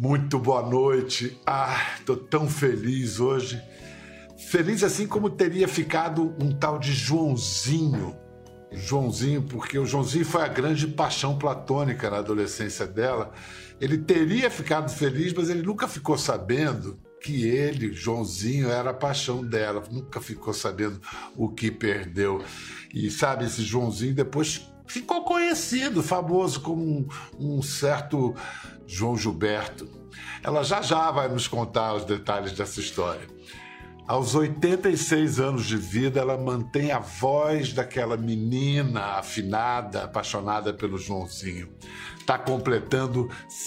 Muito boa noite. Tô tão feliz hoje. Feliz assim como teria ficado um tal de Joãozinho. Joãozinho, porque o Joãozinho foi a grande paixão platônica na adolescência dela. Ele teria ficado feliz, mas ele nunca ficou sabendo que ele, Joãozinho, era a paixão dela. Nunca ficou sabendo o que perdeu. E sabe, esse Joãozinho depois ficou conhecido, famoso como um certo João Gilberto. Ela já vai nos contar os detalhes dessa história. Aos 86 anos de vida, ela mantém a voz daquela menina afinada, apaixonada pelo Joãozinho. Está completando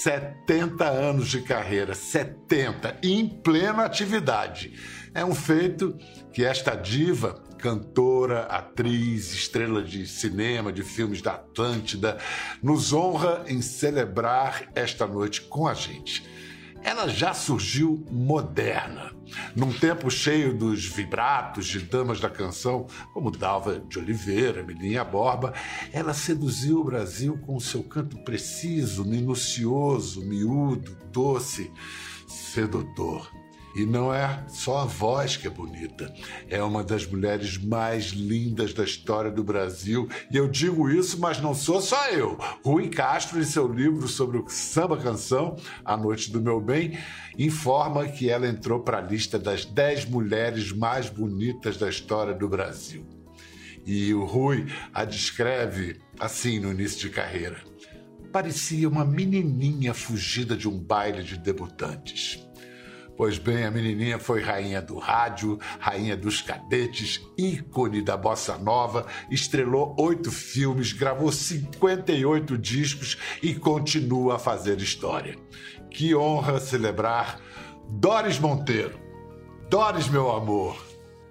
70 anos de carreira, 70, em plena atividade. É um feito que esta diva, cantora, atriz, estrela de cinema, de filmes da Atlântida, nos honra em celebrar esta noite com a gente. Ela já surgiu moderna, num tempo cheio dos vibratos de damas da canção, como Dalva de Oliveira, Milinha Borba. Ela seduziu o Brasil com o seu canto preciso, minucioso, miúdo, doce, sedutor. E não é só a voz que é bonita, é uma das mulheres mais lindas da história do Brasil. E eu digo isso, mas não sou só eu. Rui Castro, em seu livro sobre o samba-canção, A Noite do Meu Bem, informa que ela entrou para a lista das 10 mulheres mais bonitas da história do Brasil. E o Rui a descreve assim no início de carreira. Parecia uma menininha fugida de um baile de debutantes. Pois bem, a menininha foi rainha do rádio, rainha dos cadetes, ícone da bossa nova, estrelou 8 filmes, gravou 58 discos e continua a fazer história. Que honra celebrar Doris Monteiro. Doris, meu amor.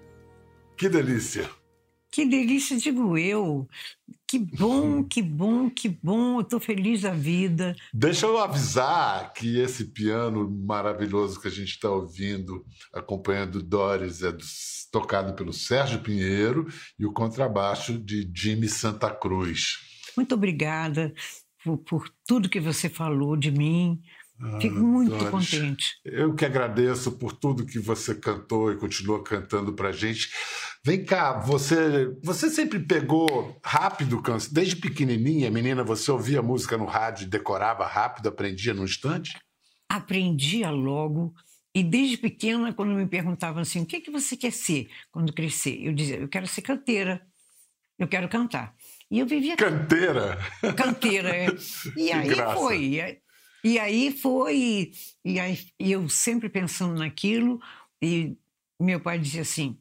Que delícia. Que delícia, digo eu. Que bom, que bom, que bom. Eu estou feliz da vida. Deixa eu avisar que esse piano maravilhoso que a gente está ouvindo, acompanhando Doris, é tocado pelo Sérgio Pinheiro e o contrabaixo de Jimmy Santa Cruz. Muito obrigada por tudo que você falou de mim. Fico muito Doris, contente. Eu que agradeço por tudo que você cantou e continua cantando pra gente. Vem cá, você sempre pegou rápido, desde pequenininha, menina, você ouvia música no rádio e decorava rápido, aprendia num instante? Aprendia logo e desde pequena, quando me perguntavam assim, o que você quer ser quando crescer? Eu dizia, eu quero ser canteira, eu quero cantar. E eu vivia... Canteira? Canteira, é. E aí graça. foi... E aí foi, e eu sempre pensando naquilo, e meu pai dizia assim,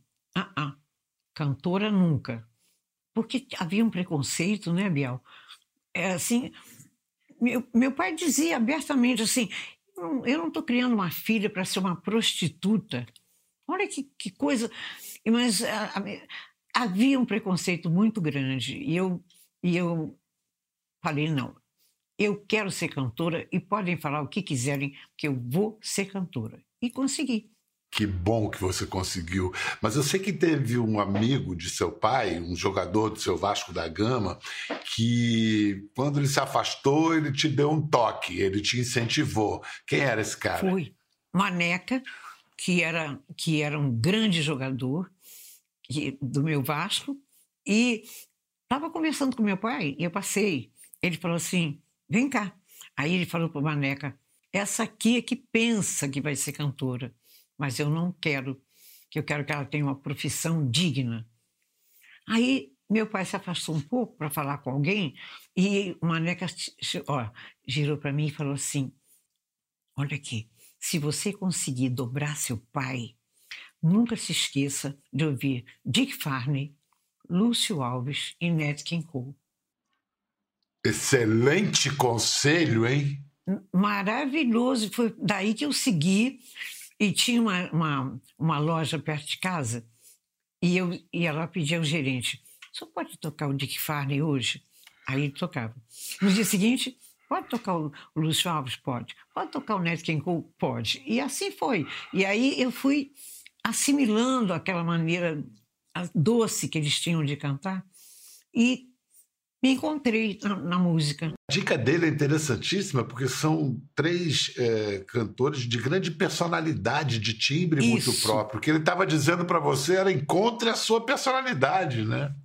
cantora nunca. Porque havia um preconceito, né, Biel? É assim, meu pai dizia abertamente assim, eu não estou criando uma filha para ser uma prostituta. Olha que coisa. Mas havia um preconceito muito grande, e eu falei, não. Eu quero ser cantora e podem falar o que quiserem, que eu vou ser cantora. E consegui. Que bom que você conseguiu. Mas eu sei que teve um amigo de seu pai, um jogador do seu Vasco da Gama, que quando ele se afastou, ele te deu um toque, ele te incentivou. Quem era esse cara? Foi Maneca, que era um grande jogador do meu Vasco, e estava conversando com meu pai, e eu passei. Ele falou assim, vem cá. Aí ele falou para o Maneca, essa aqui é que pensa que vai ser cantora, mas eu não quero, que eu quero que ela tenha uma profissão digna. Aí meu pai se afastou um pouco para falar com alguém e o Maneca girou para mim e falou assim, olha aqui, se você conseguir dobrar seu pai, nunca se esqueça de ouvir Dick Farney, Lúcio Alves e Nat King Cole. Excelente conselho, hein? Maravilhoso. Foi daí que eu segui. E tinha uma loja perto de casa. E eu ia lá pedir ao gerente, só pode tocar o Dick Farney hoje? Aí ele tocava. No dia seguinte, pode tocar o Lúcio Alves? Pode. Pode tocar o Nat King Cole? Pode. E assim foi. E aí eu fui assimilando aquela maneira doce que eles tinham de cantar. E me encontrei na música. A dica dele é interessantíssima, porque são três cantores de grande personalidade, de timbre muito próprio. O que ele estava dizendo para você era encontre a sua personalidade, né?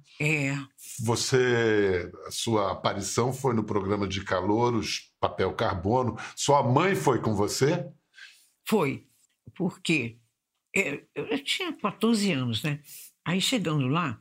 A sua aparição foi no programa de Calouros, Papel Carbono. Sua mãe foi com você? Foi, porque eu tinha 14 anos, né? Aí, chegando lá,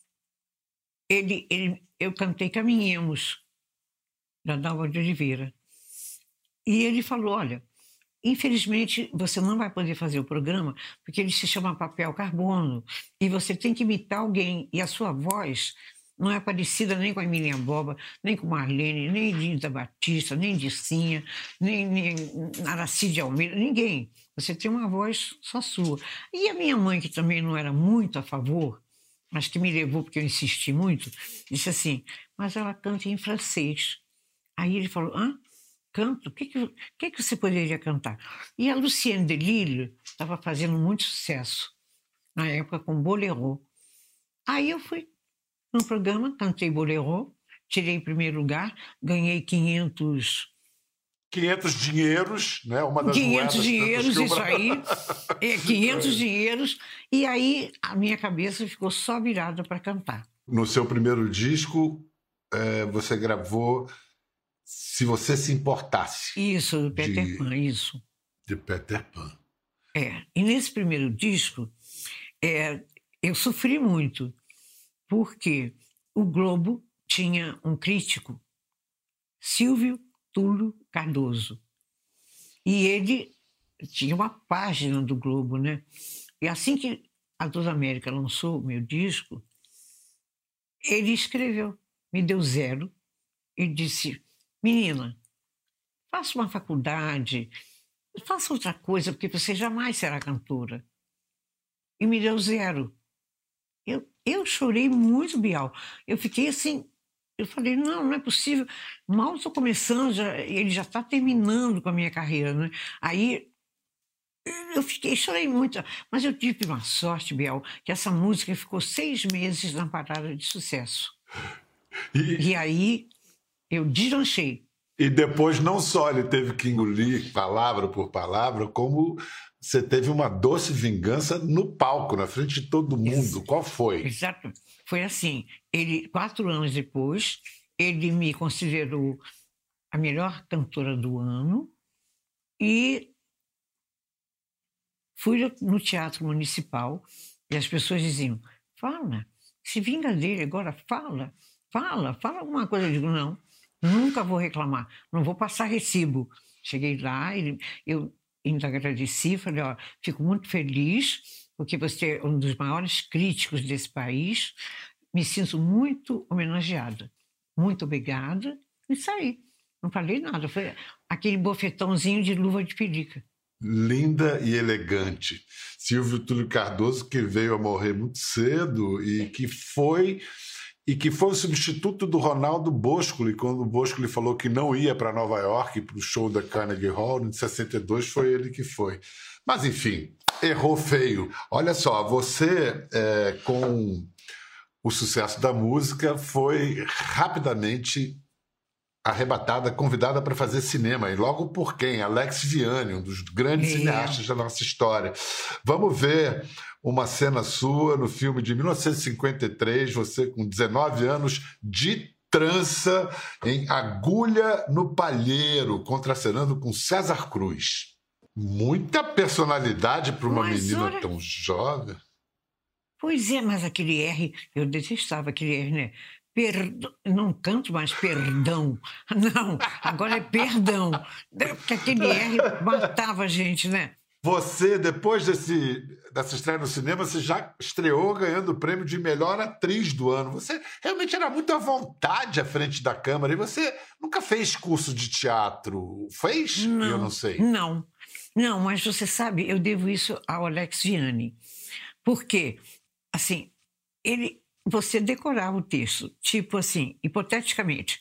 eu cantei Caminhemos, da Dalva de Oliveira. E ele falou, olha, infelizmente você não vai poder fazer o programa porque ele se chama Papel Carbono e você tem que imitar alguém e a sua voz não é parecida nem com a Emília Boba, nem com Marlene, nem de Ida Batista, nem de Cinha, nem Aracide Almeida, ninguém. Você tem uma voz só sua. E a minha mãe, que também não era muito a favor, mas que me levou porque eu insisti muito, disse assim, mas ela canta em francês. Aí ele falou, canto? O que você poderia cantar? E a Lucienne de Lille estava fazendo muito sucesso, na época com Bolero. Aí eu fui no programa, cantei Bolero, tirei primeiro lugar, ganhei 500 dinheiros, né? Uma das 500 dinheiros, isso aí. 500 É. dinheiros. E aí a minha cabeça ficou só virada para cantar. No seu primeiro disco, você gravou Se Você Se Importasse. Isso, do Peter Pan, isso. De Peter Pan. E nesse primeiro disco, eu sofri muito, porque o Globo tinha um crítico, Silvio Túlio Cardoso. E ele tinha uma página do Globo, né? E assim que a Dona América lançou o meu disco, ele escreveu, me deu 0 e disse, menina, faça uma faculdade, faça outra coisa, porque você jamais será cantora. E me deu 0. Eu chorei muito, Bial. Eu fiquei assim, eu falei, não é possível. Mal estou começando, ele já está terminando com a minha carreira, né? Aí chorei muito. Mas eu tive uma sorte, Bial, que essa música ficou 6 meses na parada de sucesso. E aí eu deslanchei. E depois não só ele teve que engolir palavra por palavra, como você teve uma doce vingança no palco, na frente de todo mundo. Qual foi? Exato. Foi assim, 4 anos depois, ele me considerou a melhor cantora do ano e fui no Teatro Municipal e as pessoas diziam, fala, se vinga dele agora, fala alguma coisa. Eu digo, não, nunca vou reclamar, não vou passar recibo. Cheguei lá, eu ainda agradeci, falei, fico muito feliz porque você é um dos maiores críticos desse país, me sinto muito homenageada. Muito obrigada. E saí. Não falei nada. Foi aquele bofetãozinho de luva de pelica. Linda e elegante. Silvio Túlio Cardoso, que veio a morrer muito cedo e que foi o substituto do Ronaldo Boscoli, quando o Boscoli falou que não ia para Nova York, para o show da Carnegie Hall, em 62 foi ele que foi. Mas, enfim, errou feio. Olha só, você, com o sucesso da música, foi rapidamente arrebatada, convidada para fazer cinema. E logo por quem? Alex Vianney, um dos grandes cineastas da nossa história. Vamos ver uma cena sua no filme de 1953, você com 19 anos, de trança, em Agulha no Palheiro, contracenando com César Cruz. Muita personalidade para uma menina tão jovem. Pois é, mas aquele R, eu detestava aquele R, né? Não canto mais perdão. Não, agora é perdão. Porque aquele R matava a gente, né? Você, depois dessa estreia no cinema, você já estreou ganhando o prêmio de melhor atriz do ano. Você realmente era muito à vontade à frente da câmera e você nunca fez curso de teatro. Fez? Não, eu não sei. Não, mas você sabe, eu devo isso ao Alex Vianney. Porque, assim, você decorava o texto, tipo assim, hipoteticamente.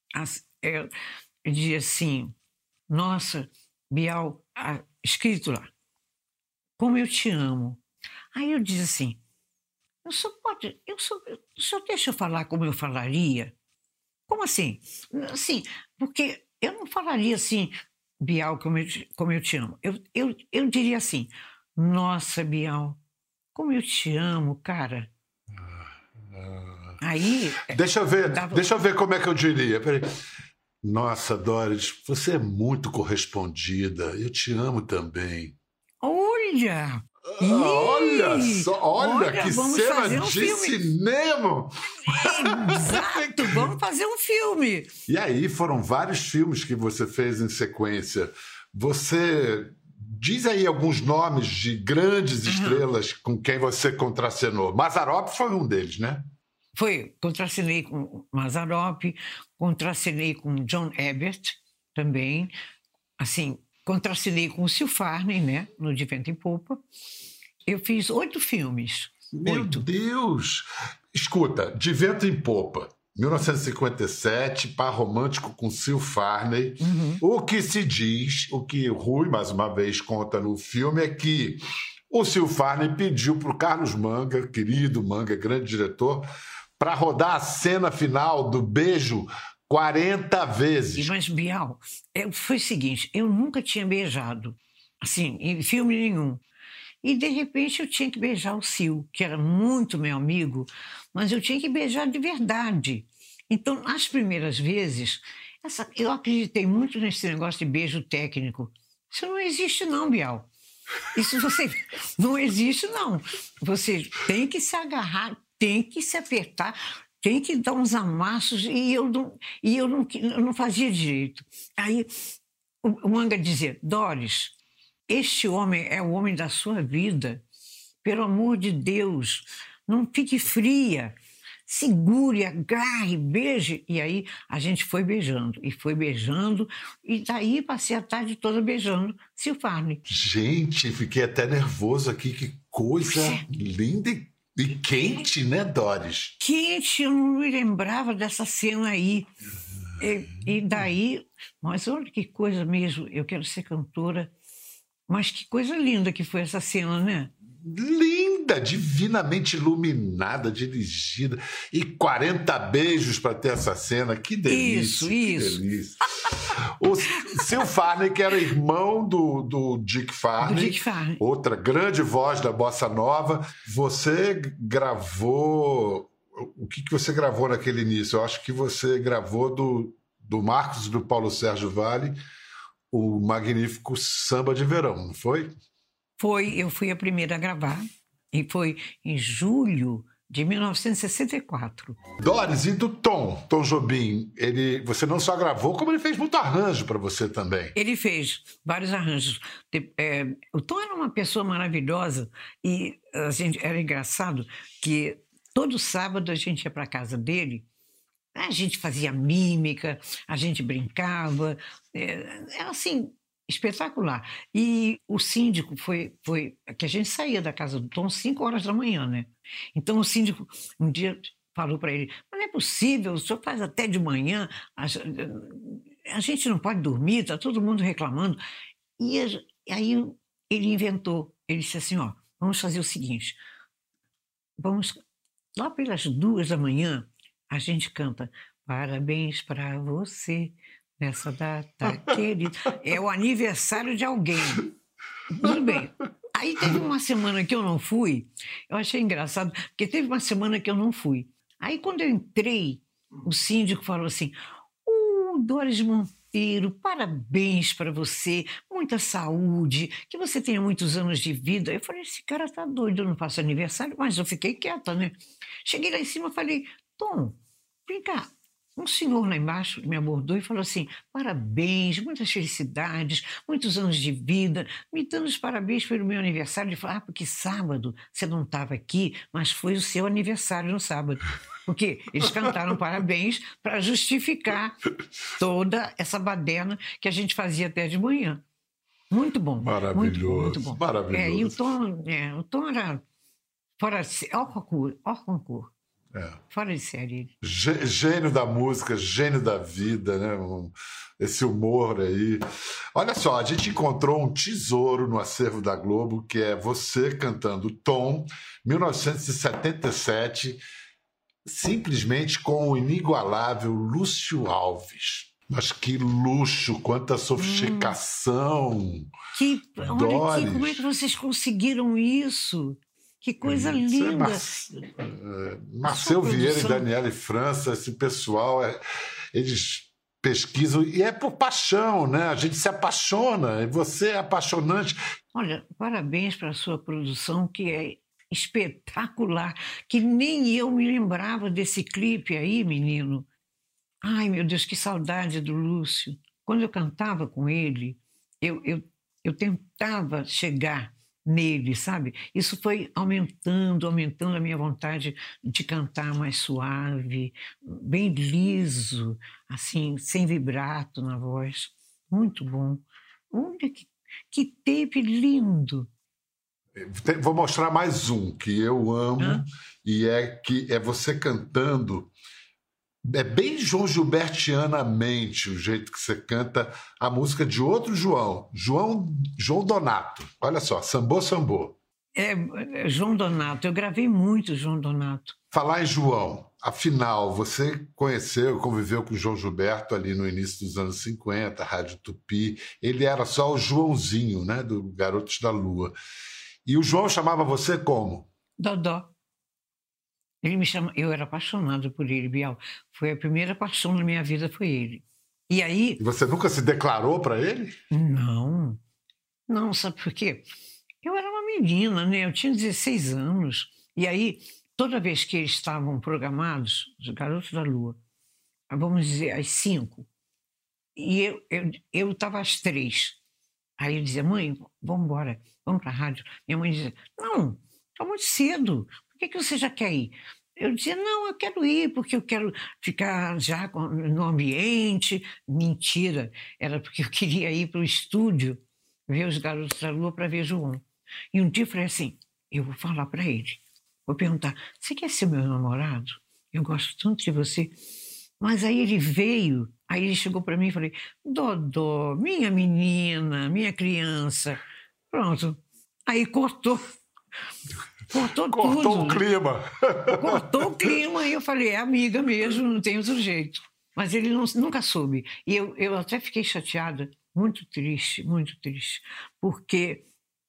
Ele dizia assim, nossa, Bial, escrito lá, como eu te amo. Aí eu dizia assim, o senhor deixa eu falar como eu falaria? Como assim? Assim, porque eu não falaria assim, Bial, como eu te amo. Eu diria assim, nossa, Bial, como eu te amo, cara. Aí, dava... Deixa eu ver como é que eu diria. Peraí. Nossa, Doris, você é muito correspondida. Eu te amo também. Olha! Olha só, olha que cena de cinema! Exato, vamos fazer um filme. E aí foram vários filmes que você fez em sequência. Você diz aí alguns nomes de grandes estrelas com quem você contracenou. Mazzaropi foi um deles, né? Contracenei com Mazzaropi, contracenei com John Ebert também, assim, contracenei com o Sil Farney, né, no De Vento em Popa. Eu fiz 8 filmes. Meu Deus! Escuta, De Vento em Popa, 1957, par romântico com Sil Farney. O que se diz, o que o Rui, mais uma vez, conta no filme é que o Sil Farney pediu para o Carlos Manga, querido Manga, grande diretor, para rodar a cena final do beijo 40 vezes. Mas, Bial, foi o seguinte, eu nunca tinha beijado, assim, em filme nenhum. E, de repente, eu tinha que beijar o Sil, que era muito meu amigo, mas eu tinha que beijar de verdade. Então, as primeiras vezes, eu acreditei muito nesse negócio de beijo técnico. Isso não existe não, Bial. Isso não existe não. Você tem que se agarrar, tem que se apertar, tem que dar uns amassos, e eu não fazia direito. Aí o Manga dizia, Doris, este homem é o homem da sua vida. Pelo amor de Deus, não fique fria. Segure, agarre, beije. E aí a gente foi beijando, e daí passei a tarde toda beijando Sil Farney. Gente, fiquei até nervoso aqui, que coisa linda e quente, né, Doris? Quente, eu não me lembrava dessa cena aí. E daí, mas olha que coisa mesmo, eu quero ser cantora. Mas que coisa linda que foi essa cena, né? Linda, divinamente iluminada, dirigida. E 40 beijos para ter essa cena. Que delícia. Isso. Delícia. O Sil Farney, que era irmão do Dick Farney, outra grande voz da bossa nova. Você gravou... O que você gravou naquele início? Eu acho que você gravou do Marcos e do Paulo Sérgio Vale o magnífico Samba de Verão, não foi? Eu fui a primeira a gravar, e foi em julho de 1964. Doris, e do Tom Jobim, você não só gravou, como ele fez muito arranjo para você também. Ele fez vários arranjos. O Tom era uma pessoa maravilhosa, e era engraçado que todo sábado a gente ia para a casa dele. A gente fazia mímica, a gente brincava, era assim, espetacular. E o síndico foi que a gente saía da casa do Tom 5 horas da manhã, né? Então o síndico um dia falou para ele, mas não é possível, o senhor faz até de manhã, a gente não pode dormir, está todo mundo reclamando. E aí ele inventou, ele disse assim, ó, vamos fazer o seguinte, vamos lá pelas 2 da manhã, a gente canta parabéns para você nessa data querida. É o aniversário de alguém. Tudo bem. Aí teve uma semana que eu não fui. Eu achei engraçado, porque teve uma semana que eu não fui. Aí quando eu entrei, o síndico falou assim, Doris Monteiro, parabéns para você, muita saúde, que você tenha muitos anos de vida. Eu falei, esse cara tá doido, eu não faço aniversário, mas eu fiquei quieta, né? Cheguei lá em cima e falei, Tom, vem cá. Um senhor lá embaixo me abordou e falou assim, parabéns, muitas felicidades, muitos anos de vida, me dando os parabéns pelo meu aniversário. Ele falou, porque sábado você não estava aqui, mas foi o seu aniversário no sábado. Porque eles cantaram parabéns para justificar toda essa baderna que a gente fazia até de manhã. Muito bom. Maravilhoso. Muito bom. Maravilhoso. E o Tom era fora de hors concours. Fora de série. Gênio da música, gênio da vida, né? Esse humor aí. Olha só, a gente encontrou um tesouro no acervo da Globo, que é você cantando Tom, 1977. simplesmente com o inigualável Lúcio Alves. Mas que luxo, quanta sofisticação! Olha como é que vocês conseguiram isso? Que coisa linda! Marcel Vieira e Daniele França, esse pessoal, eles pesquisam, e é por paixão, né? A gente se apaixona, e você é apaixonante. Olha, parabéns para a sua produção, que é espetacular, que nem eu me lembrava desse clipe aí, menino. Ai, meu Deus, que saudade do Lúcio. Quando eu cantava com ele, eu tentava chegar nele, sabe? Isso foi aumentando a minha vontade de cantar mais suave, bem liso, assim, sem vibrato na voz. Muito bom. Olha que tape lindo. Vou mostrar mais um que eu amo, e que é você cantando. É bem João Gilbertianamente o jeito que você canta a música de outro João Donato. Olha só, Sambô, Sambô. João Donato, eu gravei muito João Donato. Falar em João, afinal, você conheceu, conviveu com o João Gilberto ali no início dos anos 50, Rádio Tupi. Ele era só o Joãozinho, né, do Garotos da Lua. E o João chamava você como? Dodó. Ele me chama, eu era apaixonada por ele, Bial. Foi a primeira paixão da minha vida, foi ele. E aí... E você nunca se declarou para ele? Não. Não, sabe por quê? Eu era uma menina, né? Eu tinha 16 anos. E aí, toda vez que eles estavam programados, os Garotos da Lua, vamos dizer, às 5, e eu estava às 3. Aí eu dizia, mãe, vamos embora, vamos para a rádio. Minha mãe dizia, não, está muito cedo. Por que você já quer ir? Eu dizia, não, eu quero ir porque eu quero ficar já no ambiente. Mentira, era porque eu queria ir para o estúdio ver os Garotos da Lua para ver João. E um dia eu falei assim, eu vou falar para ele, vou perguntar, você quer ser meu namorado? Eu gosto tanto de você. Mas aí ele veio, aí ele chegou para mim e falei, Dodó, minha menina, minha criança. Pronto, aí cortou. Cortou tudo. O clima. Cortou o clima e eu falei, é amiga mesmo, não tem outro jeito. Mas ele nunca soube. E eu até fiquei chateada, muito triste, porque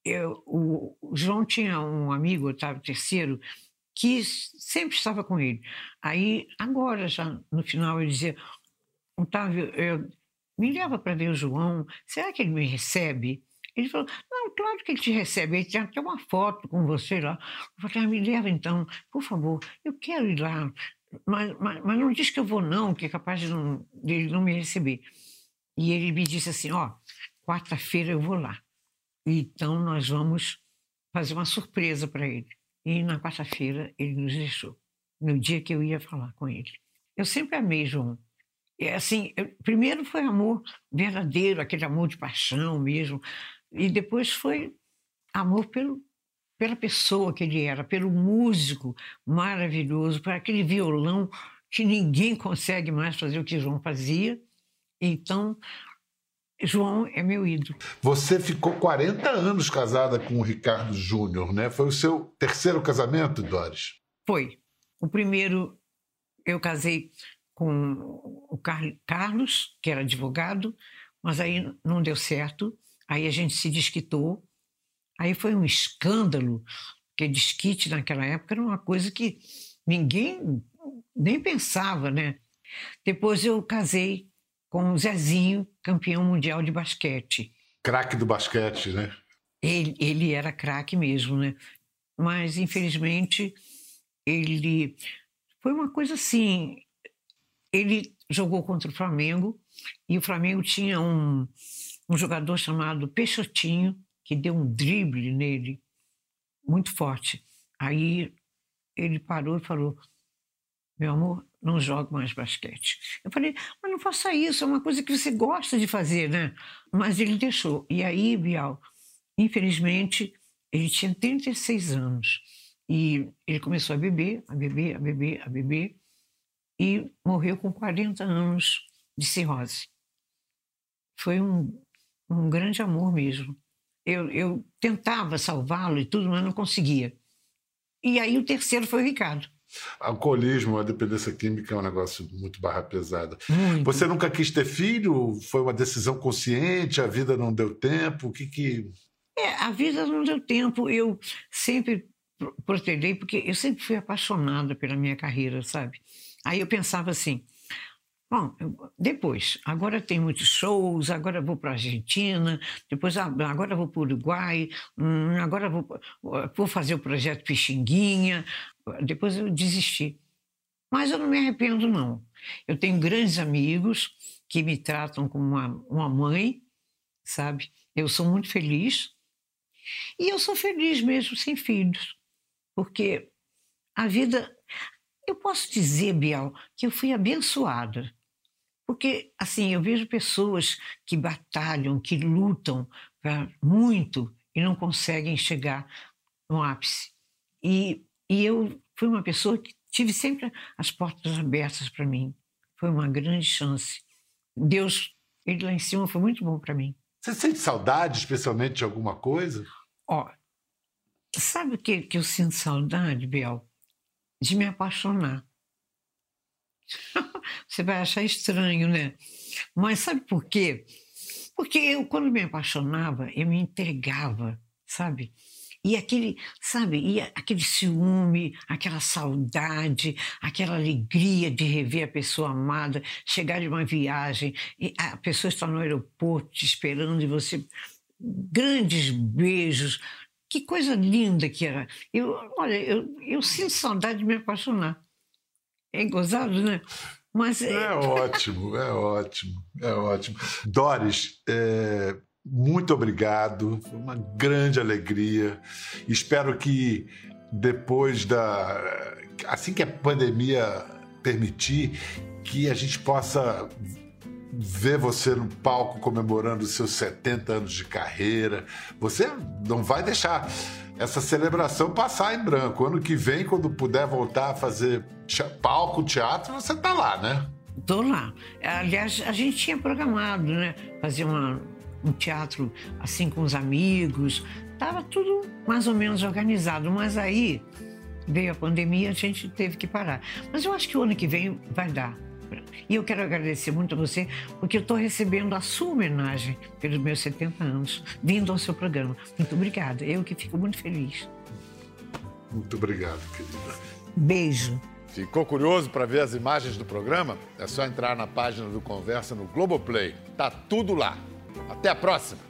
o João tinha um amigo, Otávio Terceiro, que sempre estava com ele. Aí, agora, já no final, ele dizia, Otávio, me leva para ver o João, será que ele me recebe? Ele falou, não, claro que ele te recebe, ele tem até uma foto com você lá. Eu falei, me leva então, por favor, eu quero ir lá, mas não diz que eu vou não, que é capaz de ele não me receber. E ele me disse assim, quarta-feira eu vou lá. Então nós vamos fazer uma surpresa para ele. E na quarta-feira ele nos deixou, no dia que eu ia falar com ele. Eu sempre amei João. Assim, primeiro foi amor verdadeiro, aquele amor de paixão mesmo, e depois foi amor pela pessoa que ele era, pelo músico maravilhoso, por aquele violão que ninguém consegue mais fazer o que João fazia. Então, João é meu ídolo. Você ficou 40 anos casada com o Ricardo Júnior, né? Foi o seu terceiro casamento, Doris? Foi. O primeiro eu casei com o Carlos, que era advogado, mas aí não deu certo. Aí a gente se desquitou. Aí foi um escândalo, porque desquite naquela época era uma coisa que ninguém nem pensava, né? Depois eu casei com o Zezinho, campeão mundial de basquete. Craque do basquete, né? Ele era craque mesmo, né? Mas, infelizmente, ele... Foi uma coisa assim... Ele jogou contra o Flamengo e o Flamengo tinha um jogador chamado Peixotinho, que deu um drible nele muito forte. Aí ele parou e falou, meu amor, não jogo mais basquete. Eu falei, mas não faça isso, é uma coisa que você gosta de fazer, né? Mas ele deixou. E aí, Bial, infelizmente, ele tinha 36 anos e ele começou a beber, e morreu com 40 anos de cirrose. Foi um grande amor mesmo. Eu tentava salvá-lo e tudo, mas não conseguia. E aí o terceiro foi o Ricardo. Alcoolismo, a dependência química é um negócio muito barra pesada. Muito. Você nunca quis ter filho? Foi uma decisão consciente? A vida não deu tempo? O que... A vida não deu tempo. Eu sempre protelei, porque eu sempre fui apaixonada pela minha carreira, sabe? Aí eu pensava assim, bom, depois, agora tem muitos shows, agora eu vou para a Argentina, depois agora eu vou para o Uruguai, agora eu vou fazer o projeto Pixinguinha, depois eu desisti. Mas eu não me arrependo, não. Eu tenho grandes amigos que me tratam como uma mãe, sabe? Eu sou muito feliz. E eu sou feliz mesmo sem filhos, porque a vida... Eu posso dizer, Biel, que eu fui abençoada. Porque, assim, eu vejo pessoas que batalham, que lutam muito e não conseguem chegar no ápice. E eu fui uma pessoa que tive sempre as portas abertas para mim. Foi uma grande chance. Deus, ele lá em cima foi muito bom para mim. Você sente saudade, especialmente, de alguma coisa? Ó, sabe o que eu sinto saudade, Biel? De me apaixonar. Você vai achar estranho, né? Mas sabe por quê? Porque eu, quando me apaixonava, eu me entregava, sabe? E aquele ciúme, aquela saudade, aquela alegria de rever a pessoa amada, chegar de uma viagem, e a pessoa está no aeroporto te esperando e você... Grandes beijos. Que coisa linda que era. Eu sinto saudade de me apaixonar. É gozado, né? Mas é ótimo, é ótimo, é ótimo. Doris, muito obrigado. Foi uma grande alegria. Espero que depois assim que a pandemia permitir, que a gente possa ver você no palco comemorando os seus 70 anos de carreira. Você não vai deixar essa celebração passar em branco. Ano que vem, quando puder voltar a fazer palco, teatro, você tá lá, né? Tô lá. Aliás, a gente tinha programado, né? Fazer um teatro assim com os amigos. Tava tudo mais ou menos organizado, mas aí veio a pandemia, a gente teve que parar. Mas eu acho que o ano que vem vai dar. E eu quero agradecer muito a você, porque eu estou recebendo a sua homenagem pelos meus 70 anos, vindo ao seu programa. Muito obrigada. Eu que fico muito feliz. Muito obrigado, querida. Beijo. Ficou curioso para ver as imagens do programa? É só entrar na página do Conversa no Globoplay. Tá tudo lá. Até a próxima!